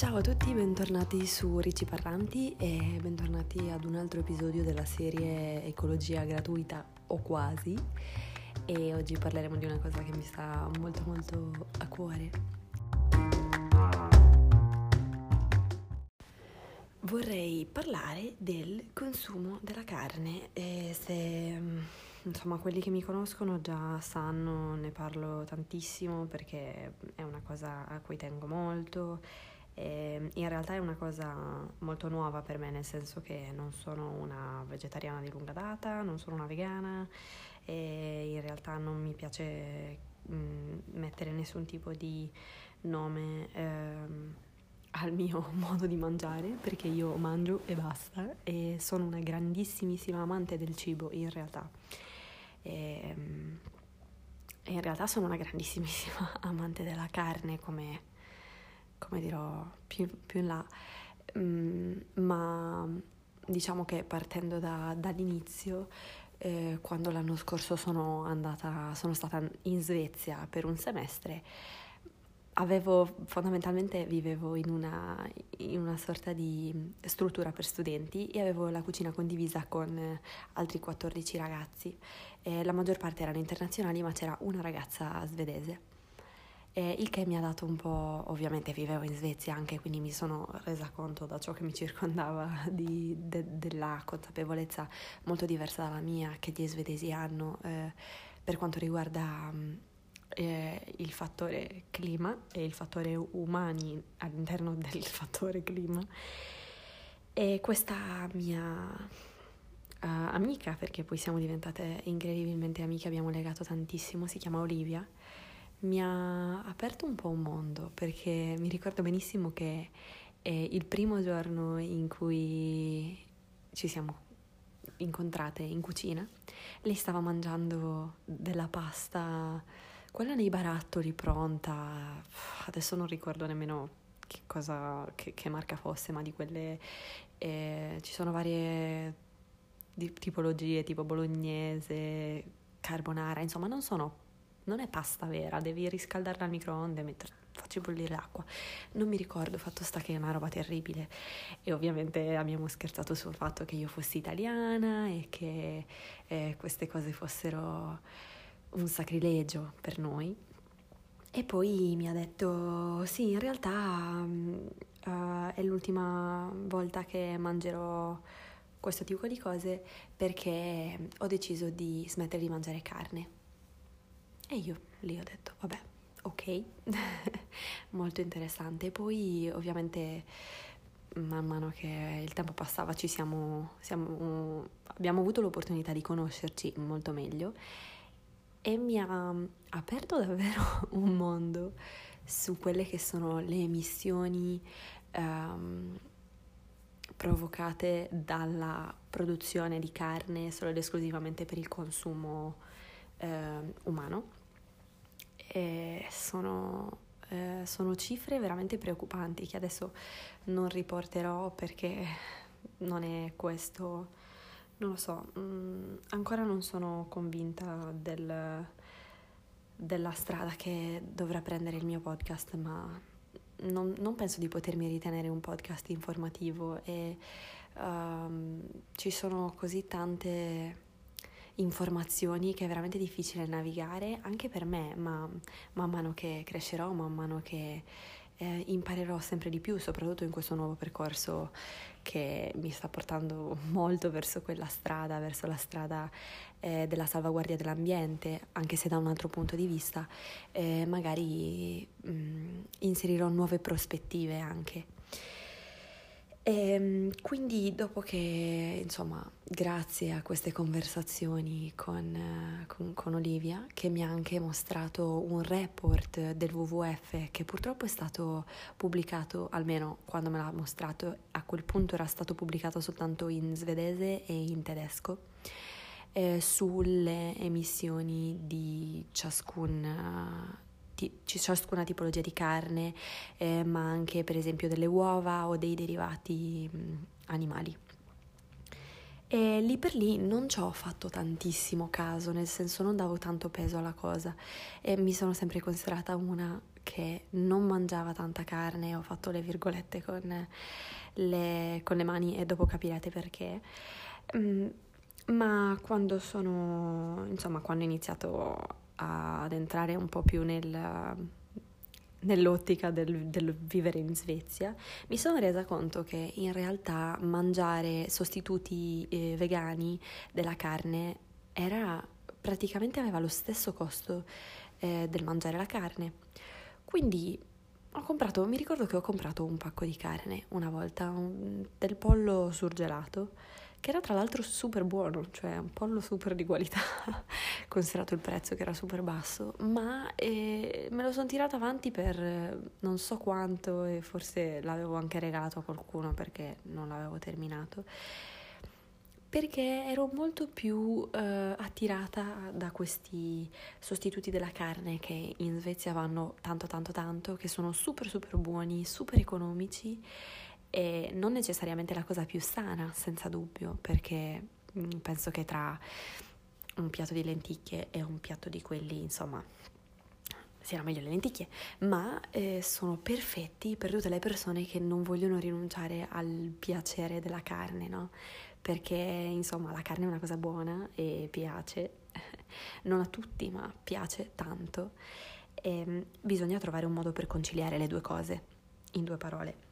Ciao a tutti, bentornati su Ricci Parlanti e bentornati ad un altro episodio della serie Ecologia gratuita o quasi. E oggi parleremo di una cosa che mi sta molto a cuore. Vorrei parlare del consumo della carne e insomma, quelli che mi conoscono già sanno, ne parlo tantissimo perché è una cosa a cui tengo molto. In realtà è una cosa molto nuova per me, nel senso che non sono una vegetariana di lunga data, non sono una vegana e in realtà non mi piace mettere nessun tipo di nome al mio modo di mangiare, perché io mangio e basta e sono una grandissimissima amante del cibo in realtà. E in realtà sono una grandissimissima amante della carne, come dirò più in là, ma diciamo che partendo dall'inizio, quando l'anno scorso sono stata in Svezia per un semestre, vivevo in una sorta di struttura per studenti e avevo la cucina condivisa con altri 14 ragazzi. La maggior parte erano internazionali, ma c'era una ragazza svedese. Il che mi ha dato un po', ovviamente vivevo in Svezia anche, quindi mi sono resa conto da ciò che mi circondava della consapevolezza molto diversa dalla mia che gli svedesi hanno per quanto riguarda il fattore clima e il fattore umani all'interno del fattore clima. E questa mia amica, perché poi siamo diventate incredibilmente amiche, abbiamo legato tantissimo, si chiama Olivia, mi ha aperto un po' un mondo, perché mi ricordo benissimo che il primo giorno in cui ci siamo incontrate in cucina, lei stava mangiando della pasta, quella nei barattoli pronta, adesso non ricordo nemmeno che marca fosse, ma di quelle ci sono varie tipologie, tipo bolognese, carbonara, insomma non è pasta vera, devi riscaldarla al microonde, facci bollire l'acqua. Non mi ricordo, fatto sta che è una roba terribile. E ovviamente abbiamo scherzato sul fatto che io fossi italiana e che queste cose fossero un sacrilegio per noi. E poi mi ha detto, sì, in realtà è l'ultima volta che mangerò questo tipo di cose perché ho deciso di smettere di mangiare carne. E io lì ho detto, vabbè, ok, molto interessante. E poi ovviamente man mano che il tempo passava abbiamo avuto l'opportunità di conoscerci molto meglio e mi ha aperto davvero un mondo su quelle che sono le emissioni provocate dalla produzione di carne solo ed esclusivamente per il consumo umano. E sono cifre veramente preoccupanti che adesso non riporterò perché non è questo, non lo so, ancora non sono convinta della strada che dovrà prendere il mio podcast, ma non penso di potermi ritenere un podcast informativo e ci sono così tante informazioni che è veramente difficile navigare anche per me, ma man mano che crescerò, man mano che imparerò sempre di più, soprattutto in questo nuovo percorso che mi sta portando molto verso quella strada, verso la strada della salvaguardia dell'ambiente, anche se da un altro punto di vista magari inserirò nuove prospettive anche. E quindi dopo che, insomma, grazie a queste conversazioni con Olivia, che mi ha anche mostrato un report del WWF che purtroppo è stato pubblicato, almeno quando me l'ha mostrato, a quel punto era stato pubblicato soltanto in svedese e in tedesco, sulle emissioni di ciascuna tipologia di carne, ma anche per esempio delle uova o dei derivati animali. E lì per lì non ci ho fatto tantissimo caso, nel senso non davo tanto peso alla cosa e mi sono sempre considerata una che non mangiava tanta carne, ho fatto le virgolette con le mani e dopo capirete perché. Ma quando ho iniziato ad entrare un po' più nell'ottica del vivere in Svezia, mi sono resa conto che in realtà mangiare sostituti vegani della carne aveva lo stesso costo del mangiare la carne. Quindi mi ricordo che ho comprato un pacco di carne una volta, del pollo surgelato, che era tra l'altro super buono, cioè un pollo super di qualità, considerato il prezzo che era super basso, ma me lo sono tirato avanti per non so quanto e forse l'avevo anche regalato a qualcuno perché non l'avevo terminato, perché ero molto più attirata da questi sostituti della carne che in Svezia vanno tanto tanto tanto, che sono super super buoni, super economici e non necessariamente la cosa più sana, senza dubbio, perché penso che tra un piatto di lenticchie e un piatto di quelli, insomma, siano meglio le lenticchie, ma sono perfetti per tutte le persone che non vogliono rinunciare al piacere della carne, no? Perché, insomma, la carne è una cosa buona e piace, non a tutti, ma piace tanto. E bisogna trovare un modo per conciliare le due cose, in due parole.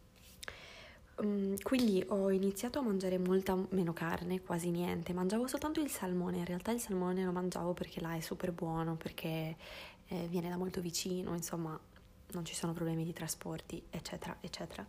Quindi ho iniziato a mangiare molta meno carne, quasi niente, mangiavo soltanto il salmone, in realtà il salmone lo mangiavo perché là è super buono, perché viene da molto vicino, insomma non ci sono problemi di trasporti, eccetera, eccetera.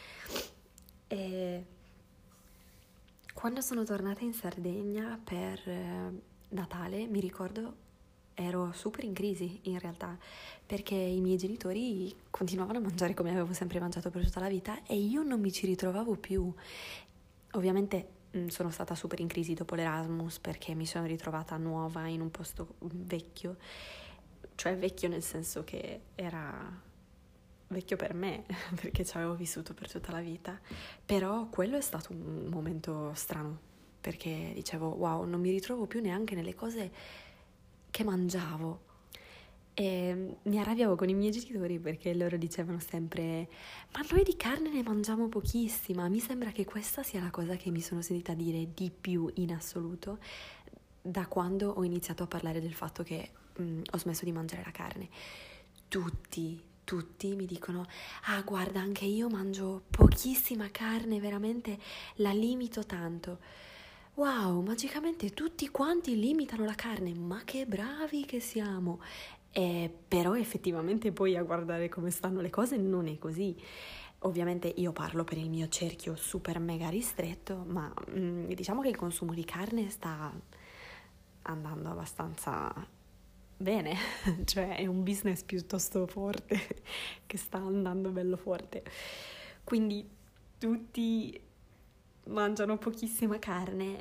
E quando sono tornata in Sardegna per Natale, mi ricordo, ero super in crisi in realtà, perché i miei genitori continuavano a mangiare come avevo sempre mangiato per tutta la vita e io non mi ci ritrovavo più. Ovviamente sono stata super in crisi dopo l'Erasmus perché mi sono ritrovata nuova in un posto vecchio, cioè vecchio nel senso che era vecchio per me, perché ci avevo vissuto per tutta la vita, però quello è stato un momento strano, perché dicevo, wow, non mi ritrovo più neanche nelle cose che mangiavo. E mi arrabbiavo con i miei genitori perché loro dicevano sempre ma noi di carne ne mangiamo pochissima. Mi sembra che questa sia la cosa che mi sono sentita dire di più in assoluto da quando ho iniziato a parlare del fatto che ho smesso di mangiare la carne. Tutti mi dicono ah guarda anche io mangio pochissima carne, veramente la limito tanto. Wow, magicamente tutti quanti limitano la carne, ma che bravi che siamo! Però effettivamente poi a guardare come stanno le cose non è così. Ovviamente io parlo per il mio cerchio super mega ristretto, ma diciamo che il consumo di carne sta andando abbastanza bene, cioè è un business piuttosto forte che sta andando bello forte. Quindi tutti mangiano pochissima carne,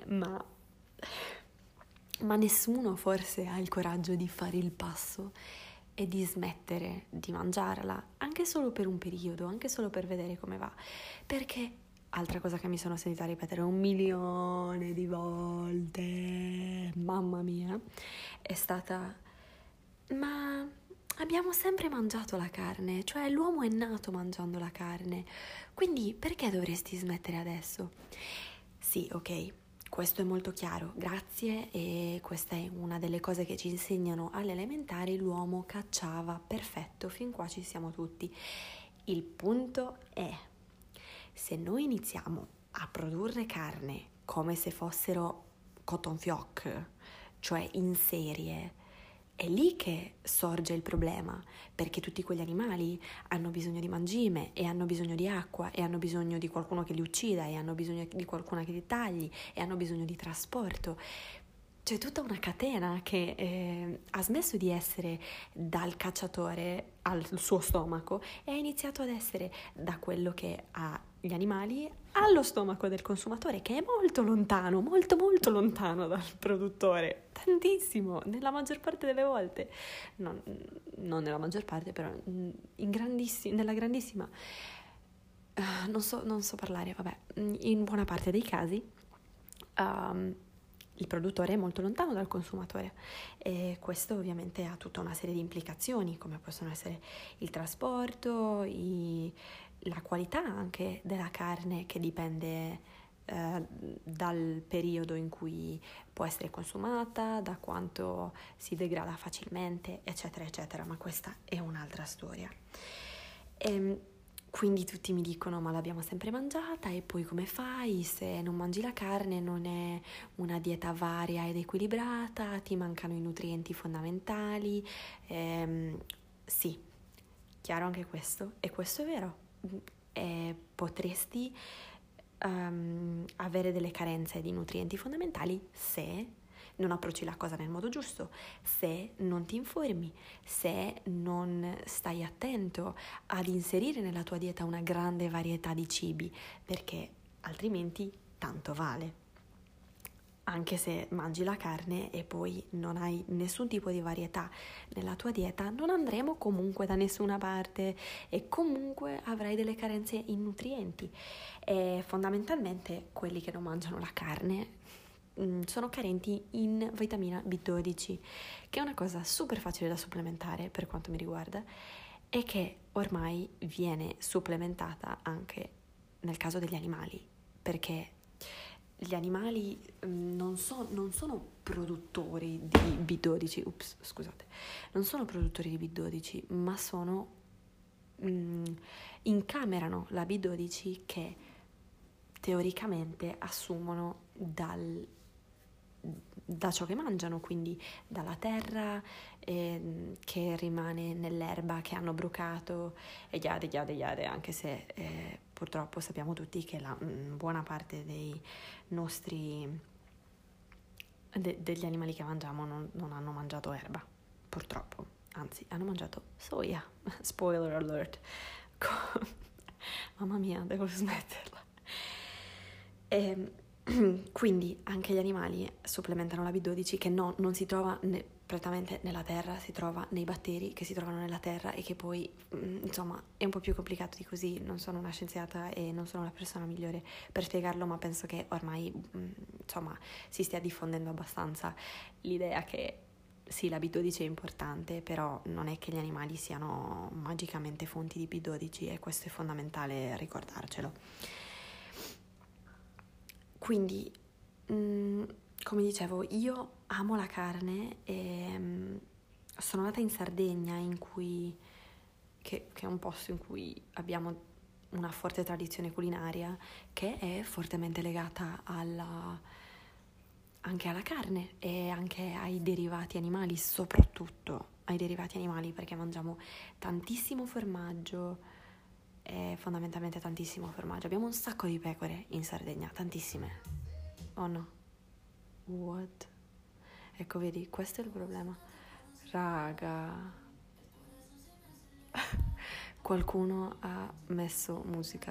ma nessuno forse ha il coraggio di fare il passo e di smettere di mangiarla, anche solo per un periodo, anche solo per vedere come va. Perché, altra cosa che mi sono sentita ripetere 1.000.000 di volte, mamma mia, è stata: ma abbiamo sempre mangiato la carne, cioè l'uomo è nato mangiando la carne, quindi perché dovresti smettere adesso? Sì, ok, questo è molto chiaro, grazie, e questa è una delle cose che ci insegnano alle elementari: l'uomo cacciava, perfetto, fin qua ci siamo tutti. Il punto è, se noi iniziamo a produrre carne come se fossero cotton fioc, cioè in serie, è lì che sorge il problema, perché tutti quegli animali hanno bisogno di mangime e hanno bisogno di acqua e hanno bisogno di qualcuno che li uccida e hanno bisogno di qualcuno che li tagli e hanno bisogno di trasporto. C'è tutta una catena che ha smesso di essere dal cacciatore al suo stomaco e ha iniziato ad essere da quello che ha gli animali allo stomaco del consumatore, che è molto lontano, molto molto lontano dal produttore, tantissimo, nella maggior parte delle volte, non nella maggior parte, però nella grandissima, non so parlare, vabbè, in buona parte dei casi. il produttore è molto lontano dal consumatore e questo ovviamente ha tutta una serie di implicazioni, come possono essere il trasporto, la qualità anche della carne, che dipende dal periodo in cui può essere consumata, da quanto si degrada facilmente, eccetera, eccetera, ma questa è un'altra storia. Quindi tutti mi dicono: ma l'abbiamo sempre mangiata, e poi come fai se non mangi la carne? Non è una dieta varia ed equilibrata, ti mancano i nutrienti fondamentali. Sì, chiaro anche questo, e questo è vero. Potresti avere delle carenze di nutrienti fondamentali se non approcci la cosa nel modo giusto, se non ti informi, se non stai attento ad inserire nella tua dieta una grande varietà di cibi, perché altrimenti tanto vale. Anche se mangi la carne e poi non hai nessun tipo di varietà nella tua dieta, non andremo comunque da nessuna parte e comunque avrai delle carenze in nutrienti. E fondamentalmente quelli che non mangiano la carne sono carenti in vitamina B12, che è una cosa super facile da supplementare per quanto mi riguarda e che ormai viene supplementata anche nel caso degli animali, perché gli animali non sono produttori di B12, non sono produttori di B12, ma incamerano la B12 che teoricamente assumono da ciò che mangiano, quindi dalla terra che rimane nell'erba che hanno brucato e yade, anche se purtroppo sappiamo tutti che la buona parte dei nostri degli animali che mangiamo non hanno mangiato erba, purtroppo, anzi hanno mangiato soia. Spoiler alert. Mamma mia, devo smetterla. Quindi anche gli animali supplementano la B12 che non si trova prettamente nella terra, si trova nei batteri che si trovano nella terra e che poi, insomma, è un po' più complicato di così. Non sono una scienziata e non sono la persona migliore per spiegarlo, ma penso che ormai, insomma, si stia diffondendo abbastanza l'idea che sì, la B12 è importante, però non è che gli animali siano magicamente fonti di B12 e questo è fondamentale ricordarcelo. Quindi, come dicevo, io amo la carne e sono andata in Sardegna, che è un posto in cui abbiamo una forte tradizione culinaria che è fortemente legata anche alla carne e anche ai derivati animali, soprattutto ai derivati animali, perché mangiamo tantissimo formaggio. Fondamentalmente tantissimo formaggio. Abbiamo un sacco di pecore in Sardegna, tantissime. Oh no? What? Ecco, vedi, questo è il problema. Raga. Qualcuno ha messo musica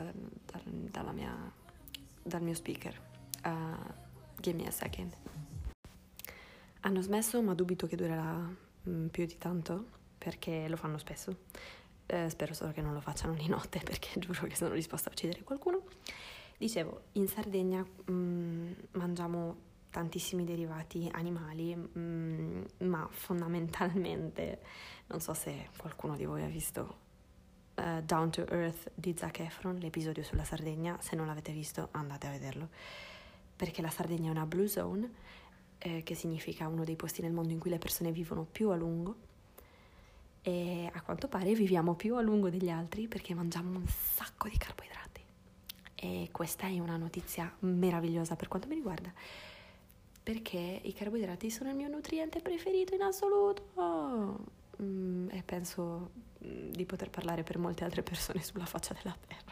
dal mio speaker. Give me a second. Hanno smesso, ma dubito che durerà più di tanto, perché lo fanno spesso. Spero solo che non lo facciano di notte, perché giuro che sono disposta a uccidere qualcuno. Dicevo, in Sardegna mangiamo tantissimi derivati animali, ma fondamentalmente, non so se qualcuno di voi ha visto Down to Earth di Zac Efron, l'episodio sulla Sardegna. Se non l'avete visto, andate a vederlo, perché la Sardegna è una blue zone, che significa uno dei posti nel mondo in cui le persone vivono più a lungo. E a quanto pare viviamo più a lungo degli altri perché mangiamo un sacco di carboidrati. E questa è una notizia meravigliosa per quanto mi riguarda, perché i carboidrati sono il mio nutriente preferito in assoluto. E penso di poter parlare per molte altre persone sulla faccia della terra.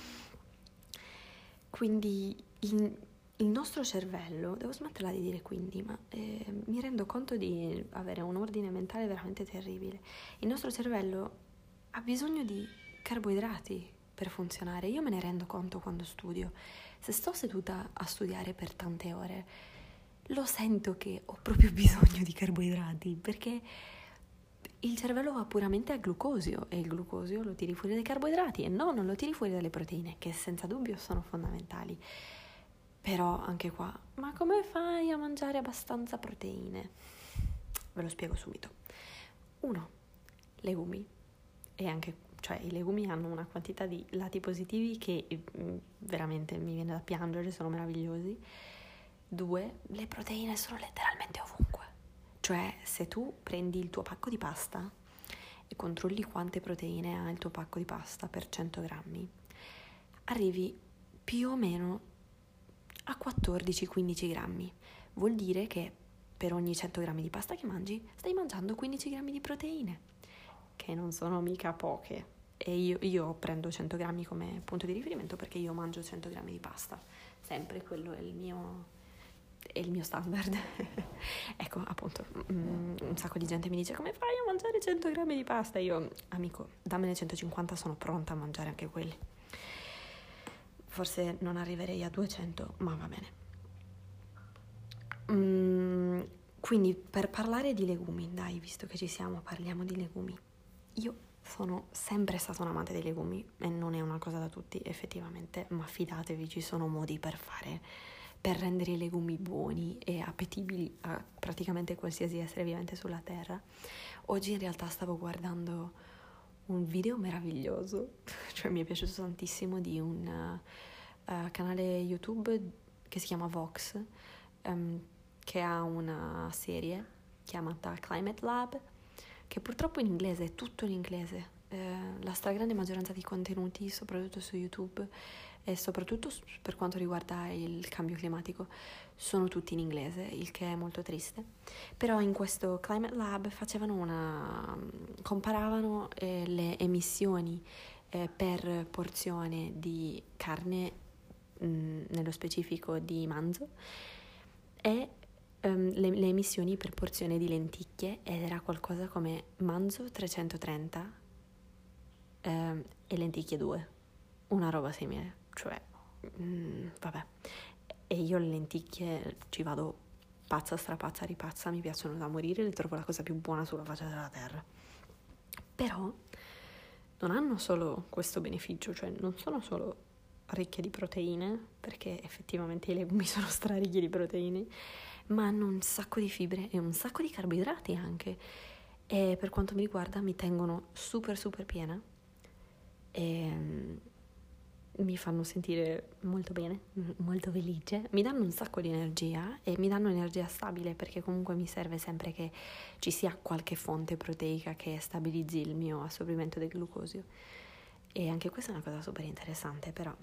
Quindi il nostro cervello, devo smetterla di dire quindi, ma mi rendo conto di avere un ordine mentale veramente terribile. Il nostro cervello ha bisogno di carboidrati per funzionare. Io me ne rendo conto quando studio. Se sto seduta a studiare per tante ore, lo sento che ho proprio bisogno di carboidrati, perché il cervello va puramente al glucosio e il glucosio lo tiri fuori dai carboidrati e non lo tiri fuori dalle proteine, che senza dubbio sono fondamentali. Però anche qua, ma come fai a mangiare abbastanza proteine? Ve lo spiego subito. 1. Legumi. E anche, cioè, i legumi hanno una quantità di lati positivi che veramente mi viene da piangere, sono meravigliosi. 2. Le proteine sono letteralmente ovunque. Cioè, se tu prendi il tuo pacco di pasta e controlli quante proteine ha il tuo pacco di pasta per 100 grammi, arrivi più o meno a 14-15 grammi. Vuol dire che per ogni 100 grammi di pasta che mangi stai mangiando 15 grammi di proteine, che non sono mica poche. E io prendo 100 grammi come punto di riferimento perché io mangio 100 grammi di pasta, sempre quello è il mio standard. Ecco, appunto, un sacco di gente mi dice: come fai a mangiare 100 grammi di pasta? Io, amico, dammene 150, sono pronta a mangiare anche quelli. Forse non arriverei a 200, ma va bene. Quindi, per parlare di legumi, dai, visto che ci siamo, parliamo di legumi. Io sono sempre stata un amante dei legumi e non è una cosa da tutti, effettivamente, ma fidatevi, ci sono modi per rendere i legumi buoni e appetibili a praticamente qualsiasi essere vivente sulla terra. Oggi in realtà stavo guardando un video meraviglioso, cioè mi è piaciuto tantissimo, di un canale YouTube che si chiama Vox, che ha una serie chiamata Climate Lab, che purtroppo in inglese, è tutto in inglese. La stragrande maggioranza dei contenuti, soprattutto su YouTube e soprattutto per quanto riguarda il cambio climatico, sono tutti in inglese, il che è molto triste. Però in questo Climate Lab comparavano le emissioni per porzione di carne, nello specifico di manzo, e le emissioni per porzione di lenticchie, ed era qualcosa come manzo 330 e lenticchie 2, una roba simile, cioè vabbè. E io le lenticchie ci vado pazza, strapazza, ripazza, mi piacciono da morire, le trovo la cosa più buona sulla faccia della terra. Però non hanno solo questo beneficio, cioè non sono solo ricche di proteine, perché effettivamente i legumi sono straricchi di proteine, ma hanno un sacco di fibre e un sacco di carboidrati anche, e per quanto mi riguarda mi tengono super super piena e mi fanno sentire molto bene, molto felice, mi danno un sacco di energia e mi danno energia stabile, perché comunque mi serve sempre che ci sia qualche fonte proteica che stabilizzi il mio assorbimento del glucosio. E anche questa è una cosa super interessante, però.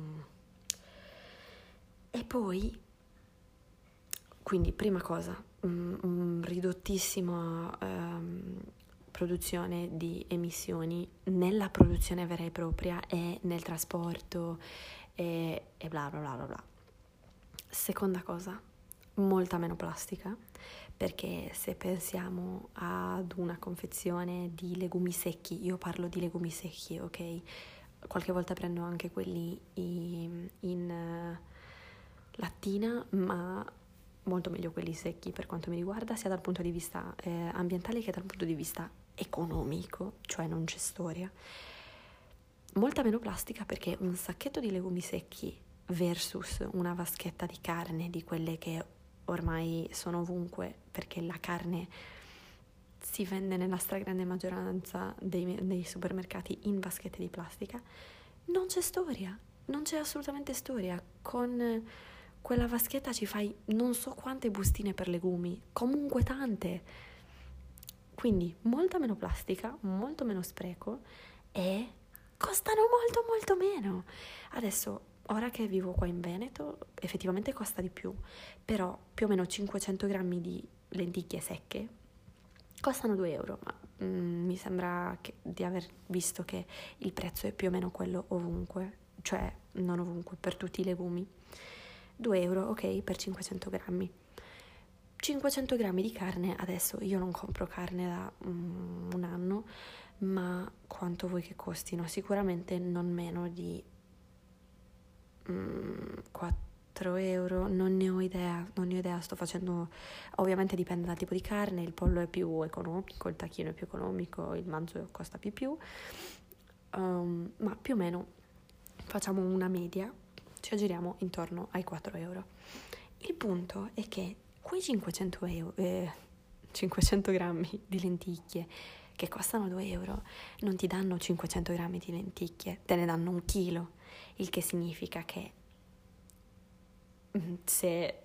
E poi, quindi, prima cosa, ridottissima produzione di emissioni nella produzione vera e propria e nel trasporto e bla bla bla bla bla. Seconda cosa, molta meno plastica, perché se pensiamo ad una confezione di legumi secchi, io parlo di legumi secchi, ok? Qualche volta prendo anche quelli in lattina, ma molto meglio quelli secchi per quanto mi riguarda, sia dal punto di vista ambientale che dal punto di vista economico, cioè non c'è storia. Molta meno plastica, perché un sacchetto di legumi secchi versus una vaschetta di carne, di quelle che ormai sono ovunque, perché la carne si vende nella stragrande maggioranza dei supermercati in vaschette di plastica, non c'è storia, non c'è assolutamente storia. Con quella vaschetta ci fai non so quante bustine per legumi, comunque tante. Quindi molta meno plastica, molto meno spreco e costano molto molto meno. Adesso, ora che vivo qua in Veneto, effettivamente costa di più, però più o meno 500 grammi di lenticchie secche costano 2 euro, ma mi sembra di aver visto che il prezzo è più o meno quello ovunque, cioè non ovunque, per tutti i legumi. 2 euro, ok, per 500 grammi. 500 grammi di carne, adesso io non compro carne da un anno, ma quanto vuoi che costino? Sicuramente non meno di 4 euro, non ne ho idea, sto facendo, ovviamente dipende dal tipo di carne, il pollo è più economico, il tacchino è più economico, il manzo costa più, ma più o meno facciamo una media ci aggiriamo intorno ai 4 euro. Il punto è che quei 500 grammi di lenticchie che costano 2 euro non ti danno 500 grammi di lenticchie, te ne danno 1 chilo, il che significa che se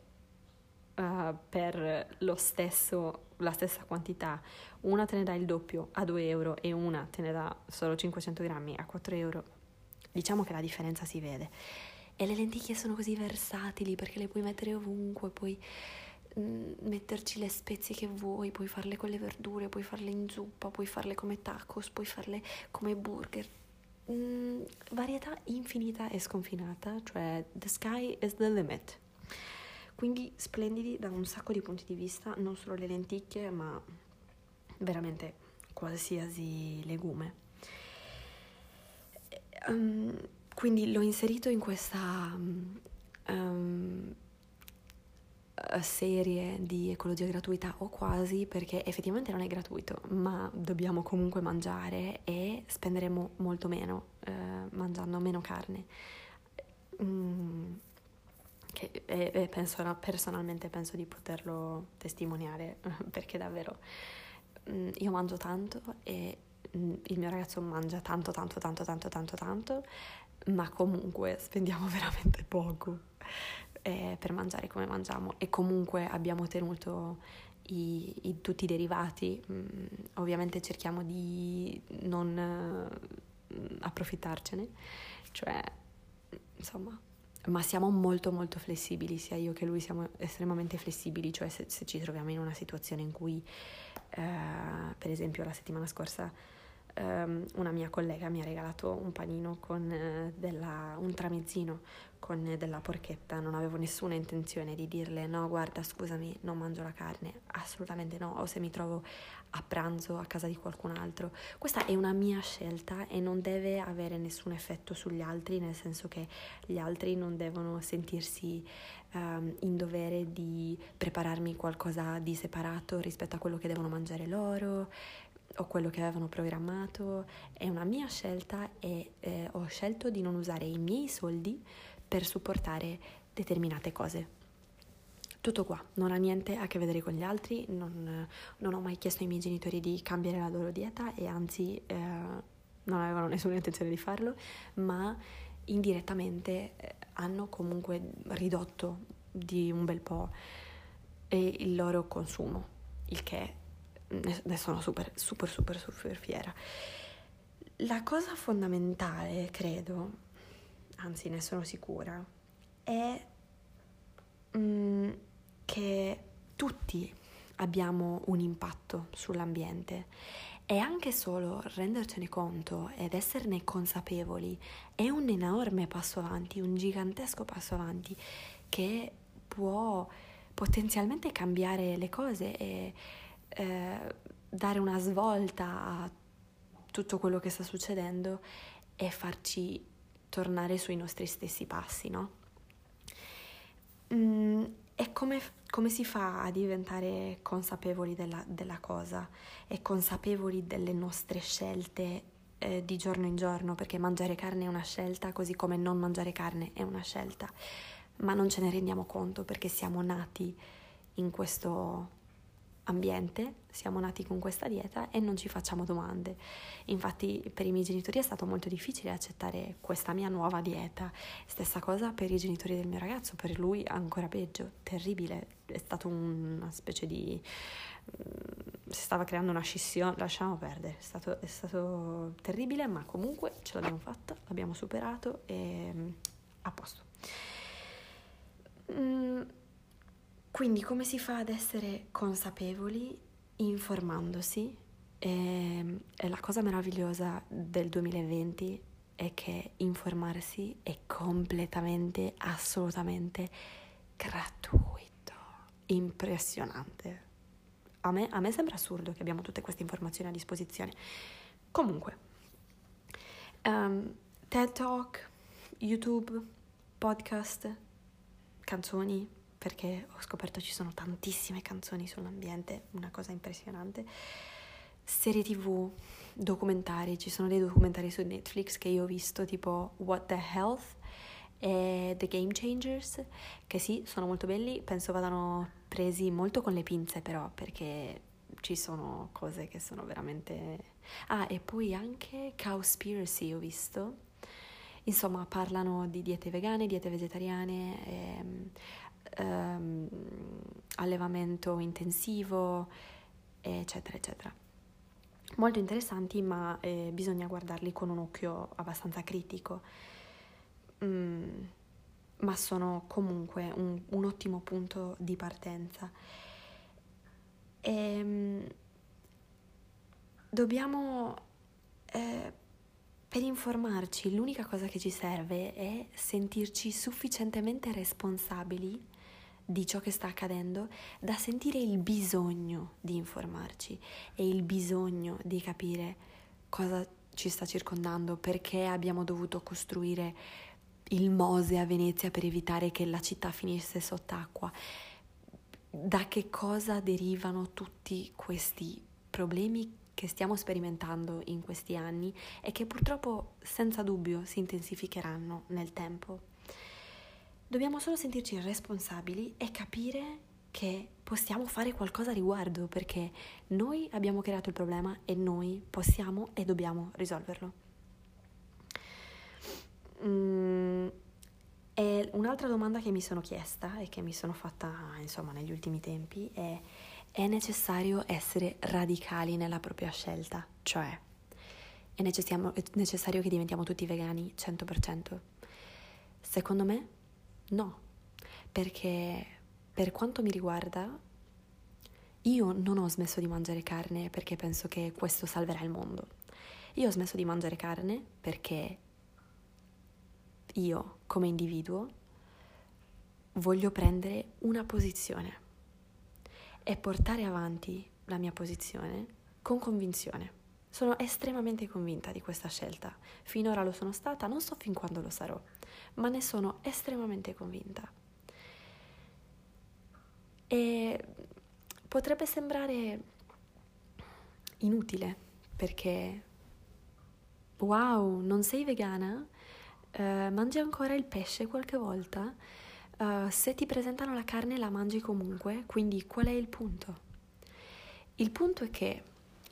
per la stessa quantità una te ne dà il doppio a 2 euro e una te ne dà solo 500 grammi a 4 euro, diciamo che la differenza si vede. E le lenticchie sono così versatili perché le puoi mettere ovunque, puoi metterci le spezie che vuoi, puoi farle con le verdure, puoi farle in zuppa, puoi farle come tacos, puoi farle come burger. Varietà infinita e sconfinata, cioè the sky is the limit. Quindi splendidi da un sacco di punti di vista, non solo le lenticchie, ma veramente qualsiasi legume. Quindi l'ho inserito in questa serie di ecologia gratuita, o quasi, perché effettivamente non è gratuito, ma dobbiamo comunque mangiare e spenderemo molto meno mangiando meno carne. Che personalmente penso di poterlo testimoniare, perché davvero io mangio tanto e il mio ragazzo mangia tanto, ma comunque spendiamo veramente poco per mangiare come mangiamo, e comunque abbiamo tenuto tutti i derivati. Ovviamente cerchiamo di non approfittarcene, cioè insomma, ma siamo molto molto flessibili, sia io che lui siamo estremamente flessibili, cioè se ci troviamo in una situazione in cui per esempio la settimana scorsa una mia collega mi ha regalato un panino con un tramezzino con della porchetta. Non avevo nessuna intenzione di dirle no, guarda, scusami, non mangio la carne, assolutamente no, o se mi trovo a pranzo a casa di qualcun altro. Questa è una mia scelta e non deve avere nessun effetto sugli altri, nel senso che gli altri non devono sentirsi in dovere di prepararmi qualcosa di separato rispetto a quello che devono mangiare loro o quello che avevano programmato. È una mia scelta e ho scelto di non usare i miei soldi per supportare determinate cose. Tutto qua, non ha niente a che vedere con gli altri, non ho mai chiesto ai miei genitori di cambiare la loro dieta e anzi non avevano nessuna intenzione di farlo, ma indirettamente hanno comunque ridotto di un bel po' il loro consumo, il che ne sono super fiera. La cosa fondamentale, credo, anzi ne sono sicura, è che tutti abbiamo un impatto sull'ambiente, e anche solo rendercene conto ed esserne consapevoli è un enorme passo avanti, un gigantesco passo avanti che può potenzialmente cambiare le cose e dare una svolta a tutto quello che sta succedendo e farci tornare sui nostri stessi passi, no? E come si fa a diventare consapevoli della cosa e consapevoli delle nostre scelte di giorno in giorno? Perché mangiare carne è una scelta, così come non mangiare carne è una scelta, ma non ce ne rendiamo conto perché siamo nati in questo ambiente, siamo nati con questa dieta e non ci facciamo domande. Infatti per i miei genitori è stato molto difficile accettare questa mia nuova dieta. Stessa cosa per i genitori del mio ragazzo, per lui ancora peggio, terribile. È stato una specie di si stava creando una scissione, lasciamo perdere, è stato terribile, ma comunque ce l'abbiamo fatta, l'abbiamo superato e a posto. Quindi come si fa ad essere consapevoli? Informandosi. E la cosa meravigliosa del 2020 è che informarsi è completamente, assolutamente gratuito, impressionante. A me sembra assurdo che abbiamo tutte queste informazioni a disposizione. Comunque, TED Talk, YouTube, podcast, canzoni, perché ho scoperto ci sono tantissime canzoni sull'ambiente, una cosa impressionante. Serie TV, documentari, ci sono dei documentari su Netflix che io ho visto, tipo What the Health, e The Game Changers, che sì, sono molto belli, penso vadano presi molto con le pinze però, perché ci sono cose che sono veramente... Ah, e poi anche Cowspiracy ho visto. Insomma, parlano di diete vegane, diete vegetariane, allevamento intensivo, eccetera, eccetera. Molto interessanti, ma bisogna guardarli con un occhio abbastanza critico. Ma sono comunque un ottimo punto di partenza. Dobbiamo, per informarci, l'unica cosa che ci serve è sentirci sufficientemente responsabili di ciò che sta accadendo da sentire il bisogno di informarci e il bisogno di capire cosa ci sta circondando, perché abbiamo dovuto costruire il Mose a Venezia per evitare che la città finisse sott'acqua, da che cosa derivano tutti questi problemi che stiamo sperimentando in questi anni e che purtroppo senza dubbio si intensificheranno nel tempo. Dobbiamo solo sentirci responsabili e capire che possiamo fare qualcosa a riguardo, perché noi abbiamo creato il problema e noi possiamo e dobbiamo risolverlo. E un'altra domanda che mi sono chiesta e che mi sono fatta, insomma, negli ultimi tempi è necessario essere radicali nella propria scelta? Cioè, è necessario che diventiamo tutti vegani 100%? Secondo me no, perché per quanto mi riguarda io non ho smesso di mangiare carne perché penso che questo salverà il mondo. Io ho smesso di mangiare carne perché io, come individuo, voglio prendere una posizione e portare avanti la mia posizione con convinzione. Sono estremamente convinta di questa scelta. Finora lo sono stata, non so fin quando lo sarò, ma ne sono estremamente convinta. E potrebbe sembrare inutile, perché wow, non sei vegana? Mangi ancora il pesce qualche volta? Se ti presentano la carne la mangi comunque, quindi qual è il punto? Il punto è che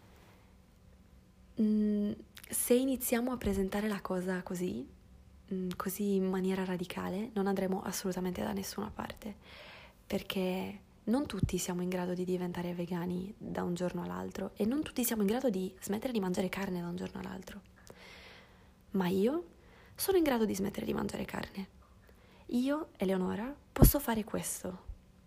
se iniziamo a presentare la cosa così in maniera radicale, non andremo assolutamente da nessuna parte, perché non tutti siamo in grado di diventare vegani da un giorno all'altro e non tutti siamo in grado di smettere di mangiare carne da un giorno all'altro. Ma io sono in grado di smettere di mangiare carne. Io, Eleonora, posso fare questo.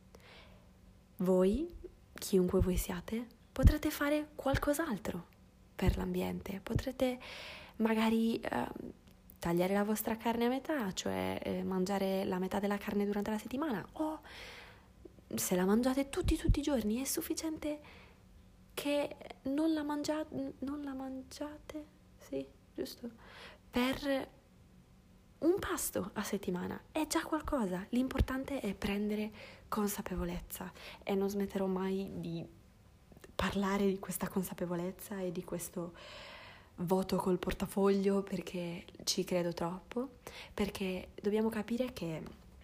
Voi, chiunque voi siate, potrete fare qualcos'altro per l'ambiente. Potrete magari tagliare la vostra carne a metà, cioè mangiare la metà della carne durante la settimana, o se la mangiate tutti i giorni è sufficiente che non la mangiate, sì, giusto, per un pasto a settimana. È già qualcosa. L'importante è prendere consapevolezza e non smetterò mai di parlare di questa consapevolezza e di questo voto col portafoglio, perché ci credo troppo, perché dobbiamo capire che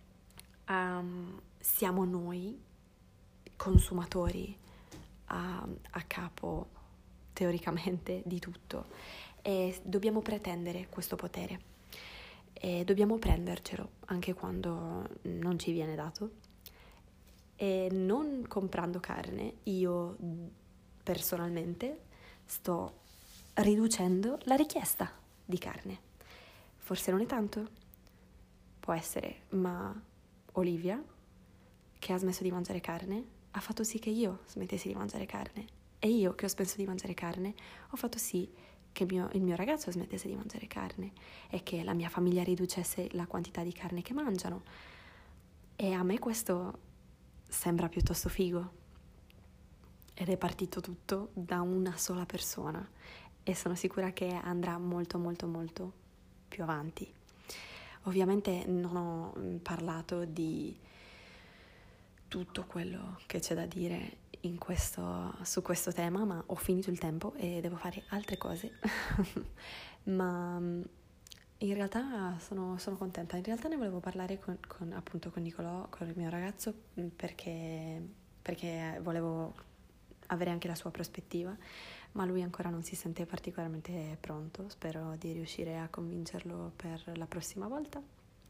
siamo noi consumatori a capo teoricamente di tutto e dobbiamo pretendere questo potere e dobbiamo prendercelo anche quando non ci viene dato. E non comprando carne, io personalmente sto riducendo la richiesta di carne. Forse non è tanto, può essere, ma Olivia, che ha smesso di mangiare carne, ha fatto sì che io smettessi di mangiare carne. E io, che ho smesso di mangiare carne, ho fatto sì che il mio ragazzo smettesse di mangiare carne e che la mia famiglia riducesse la quantità di carne che mangiano. E a me questo sembra piuttosto figo. Ed è partito tutto da una sola persona e sono sicura che andrà molto molto molto più avanti. Ovviamente non ho parlato di tutto quello che c'è da dire su questo tema, ma ho finito il tempo e devo fare altre cose. Ma in realtà sono contenta. In realtà ne volevo parlare appunto con Nicolò, con il mio ragazzo, perché volevo avere anche la sua prospettiva, ma lui ancora non si sente particolarmente pronto. Spero di riuscire a convincerlo per la prossima volta.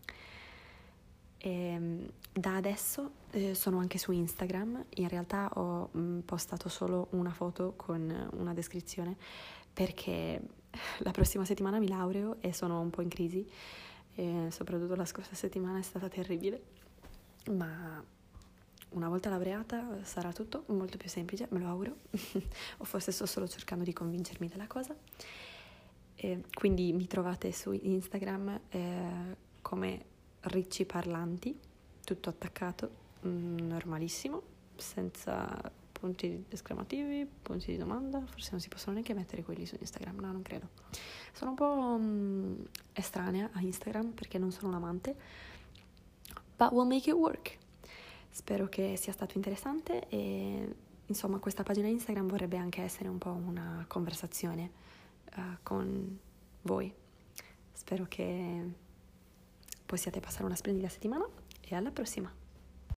Da adesso sono anche su Instagram. In realtà ho postato solo una foto con una descrizione, perché la prossima settimana mi laureo e sono un po' in crisi, e soprattutto la scorsa settimana è stata terribile, ma una volta laureata sarà tutto molto più semplice, me lo auguro. O forse sto solo cercando di convincermi della cosa. Quindi mi trovate su Instagram come Ricci Parlanti, tutto attaccato, normalissimo, senza punti esclamativi, punti di domanda. Forse non si possono neanche mettere quelli su Instagram, no, non credo. Sono un po' estranea a Instagram perché non sono un amante, but we'll make it work. Spero che sia stato interessante e insomma questa pagina Instagram vorrebbe anche essere un po' una conversazione con voi. Spero che possiate passare una splendida settimana e alla prossima!